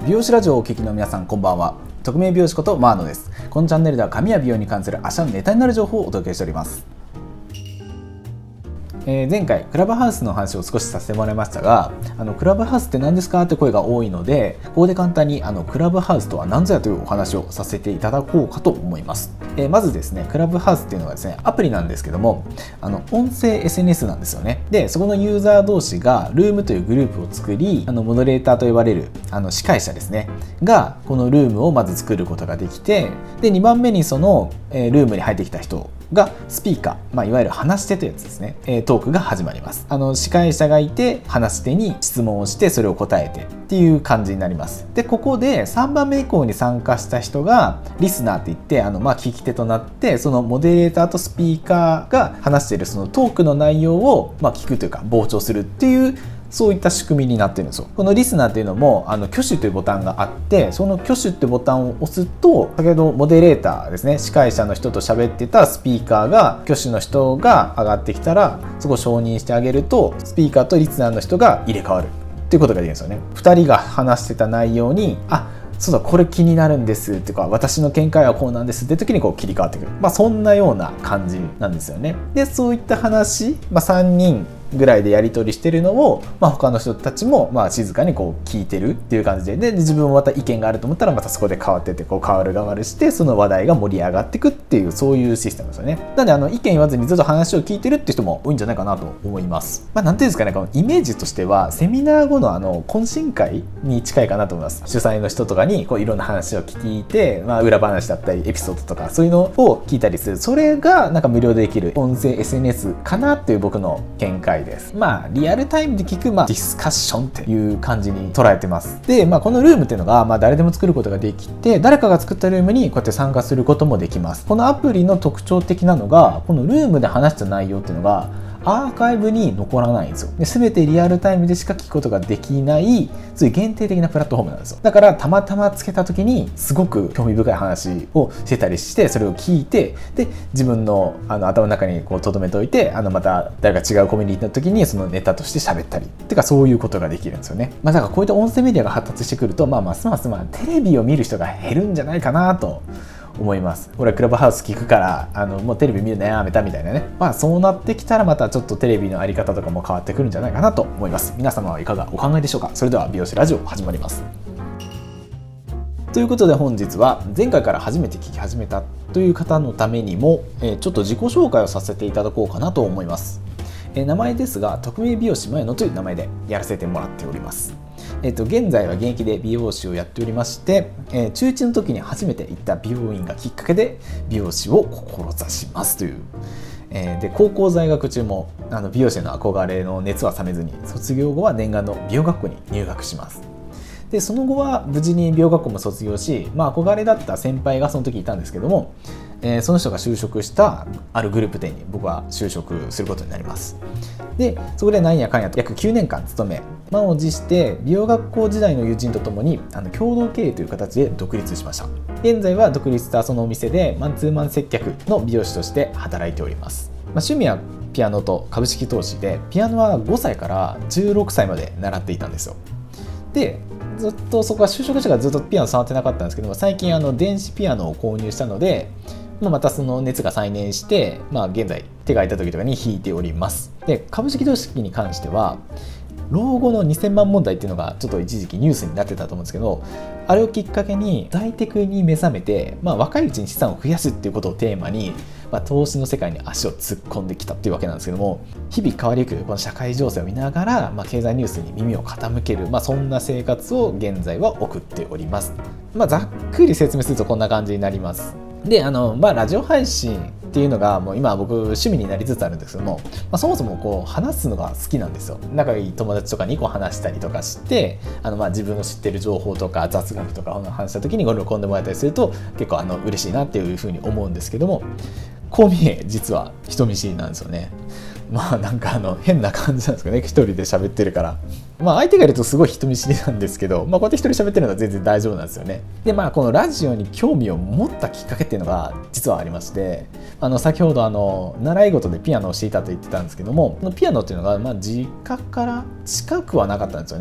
美容師ラジオをお聞きの皆さん、こんばんは。匿名美容師ことマーノです。このチャンネルでは髪や美容に関する明日のネタになる情報をお届けしております。前回クラブハウスの話を少しさせてもらいましたが、クラブハウスって何ですかって声が多いので、ここで簡単にクラブハウスとは何ぞやというお話をさせていただこうかと思います。まずですね、クラブハウスっていうのはですね、アプリなんですけども、音声 SNS なんですよね。でそこのユーザー同士がルームというグループを作り、モデレーターと呼ばれる司会者ですねがこのルームをまず作ることができて、で2番目にそのルームに入ってきた人がスピーカー、いわゆる話し手というやつですね、トークが始まります。司会者がいて、話し手に質問をしてそれを答えてっていう感じになります。でここで3番目以降に参加した人がリスナーって言って聞き手となって、そのモデレーターとスピーカーが話しているそのトークの内容を聞くというか傍聴するっていう、そういった仕組みになってるんですよ。このリスナーっていうのも挙手というボタンがあって、その挙手ってボタンを押すと、先ほどモデレーターですね、司会者の人と喋ってたスピーカーが挙手の人が上がってきたら、そこを承認してあげるとスピーカーとリスナーの人が入れ替わるっていうことができるんですよね。2人が話してた内容にそうだこれ気になるんですっていうか、私の見解はこうなんですって時にこう切り替わってくる、そんなような感じなんですよね。でそういった話、3人ぐらいでやり取りしてるのを、他の人たちも静かにこう聞いてるっていう感じで、自分もまた意見があると思ったらまたそこで変わってて、こう変わる変わるして、その話題が盛り上がっていくっていう、そういうシステムですよね。なので意見言わずにずっと話を聞いてるっていう人も多いんじゃないかなと思います。なんていうんですかね、このイメージとしてはセミナー後の懇親会に近いかなと思います。主催の人とかにこういろんな話を聞いて、裏話だったりエピソードとかそういうのを聞いたりする、それが無料でできる音声 SNS かなっていう僕の見解です。リアルタイムで聞く、ディスカッションっていう感じに捉えてます。で、このルームっていうのが、誰でも作ることができて、誰かが作ったルームにこうやって参加することもできます。このアプリの特徴的なのが、このルームで話した内容っていうのがアーカイブに残らないんですよ。で全てリアルタイムでしか聞くことができない、そういう限定的なプラットフォームなんですよ。だからたまたまつけた時にすごく興味深い話をしてたりして、それを聞いて、で自分の頭の中にこう留めておいて、また誰か違うコミュニティの時にそのネタとして喋ったりってか、そういうことができるんですよね。だからこういった音声メディアが発達してくると、ますますテレビを見る人が減るんじゃないかなと思います。俺はクラブハウス聞くからもうテレビ見るのやめたみたいなね、そうなってきたらまたちょっとテレビのあり方とかも変わってくるんじゃないかなと思います。皆様はいかがお考えでしょうか。それでは美容師ラジオ始まります。ということで本日は前回から初めて聞き始めたという方のためにもちょっと自己紹介をさせていただこうかなと思います。名前ですが匿名美容師前野という名前でやらせてもらっております。現在は現役で美容師をやっておりまして、中1の時に初めて行った美容院がきっかけで美容師を志しますという、で高校在学中も美容師への憧れの熱は冷めずに、卒業後は念願の美容学校に入学します。でその後は無事に美容学校も卒業し、憧れだった先輩がその時いたんですけども、その人が就職したあるグループ店に僕は就職することになります。でそこでなんやかんやと約9年間勤め、満を持して美容学校時代の友人とともに共同経営という形で独立しました。現在は独立したそのお店でマンツーマン接客の美容師として働いております。趣味はピアノと株式投資で、ピアノは5歳から16歳まで習っていたんですよ。でずっとそこは就職してからずっとピアノ触ってなかったんですけども、最近電子ピアノを購入したので、またその熱が再燃して、現在手が空いた時とかに弾いております。で株式投資に関しては老後の2000万問題っていうのがちょっと一時期ニュースになってたと思うんですけど、あれをきっかけに在テクに目覚めて、若いうちに資産を増やすっていうことをテーマに、投資の世界に足を突っ込んできたっていうわけなんですけども、日々変わりゆくこの社会情勢を見ながら、経済ニュースに耳を傾ける、そんな生活を現在は送っております。ざっくり説明するとこんな感じになります。でラジオ配信っていうのがもう今僕趣味になりつつあるんですけども、そもそもこう話すのが好きなんですよ。仲いい友達とかにこう話したりとかして、自分の知ってる情報とか雑学とか話した時に録音でもらえたりすると結構嬉しいなっていうふうに思うんですけども、こう見え実は人見知りなんですよね。変な感じなんですかね、一人で喋ってるから。相手がいるとすごい人見知りなんですけど、こうやって一人喋ってるのは全然大丈夫なんですよね。でこのラジオに興味を持ったきっかけっていうのが実はありまして、先ほど習い事でピアノをしていたと言ってたんですけども、ピアノっていうのが実家から近くはなかったんですよね。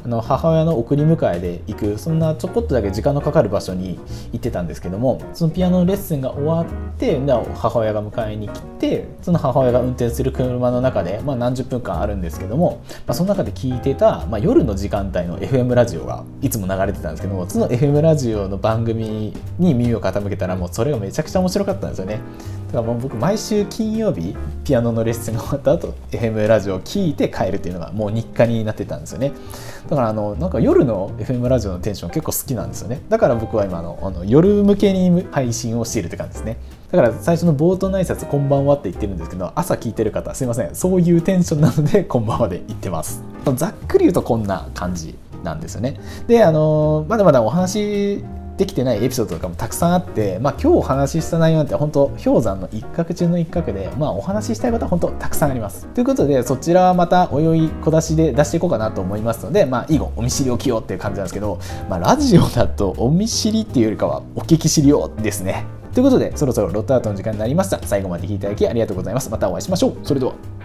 母親の送り迎えで行く、そんなちょこっとだけ時間のかかる場所に行ってたんですけども、そのピアノのレッスンが終わって母親が迎えに来て、その母親が運転する車の中で、何十分間あるんですけども、その中で聞いてた、夜の時間帯の FM ラジオがいつも流れてたんですけども、その FM ラジオの番組に耳を傾けたら、もうそれがめちゃくちゃ面白かったんですよね。だからもう僕毎週金曜日ピアノのレッスンが終わった後 FM ラジオを聞いて帰るっていうのがもう日課になってたんですよね。だからなんか夜の FM ラジオのテンション結構好きなんですよね。だから僕は今夜向けに配信をしているって感じですね。だから最初の冒頭の挨拶こんばんはって言ってるんですけど、朝聞いてる方すいません、そういうテンションなのでこんばんはで言ってます。ざっくり言うとこんな感じなんですよね。でまだまだお話できてないエピソードとかもたくさんあって、今日お話しした内容なんて本当氷山の一角中の一角で、お話ししたいことは本当たくさんあります。ということでそちらはまたおいおい小出しで出していこうかなと思いますので、以後お見知りおきようっていう感じなんですけど、ラジオだとお見知りっていうよりかはお聞き知りようですね。ということでそろそろロットアウトの時間になりました。最後まで聞いていただきありがとうございます。またお会いしましょう。それでは。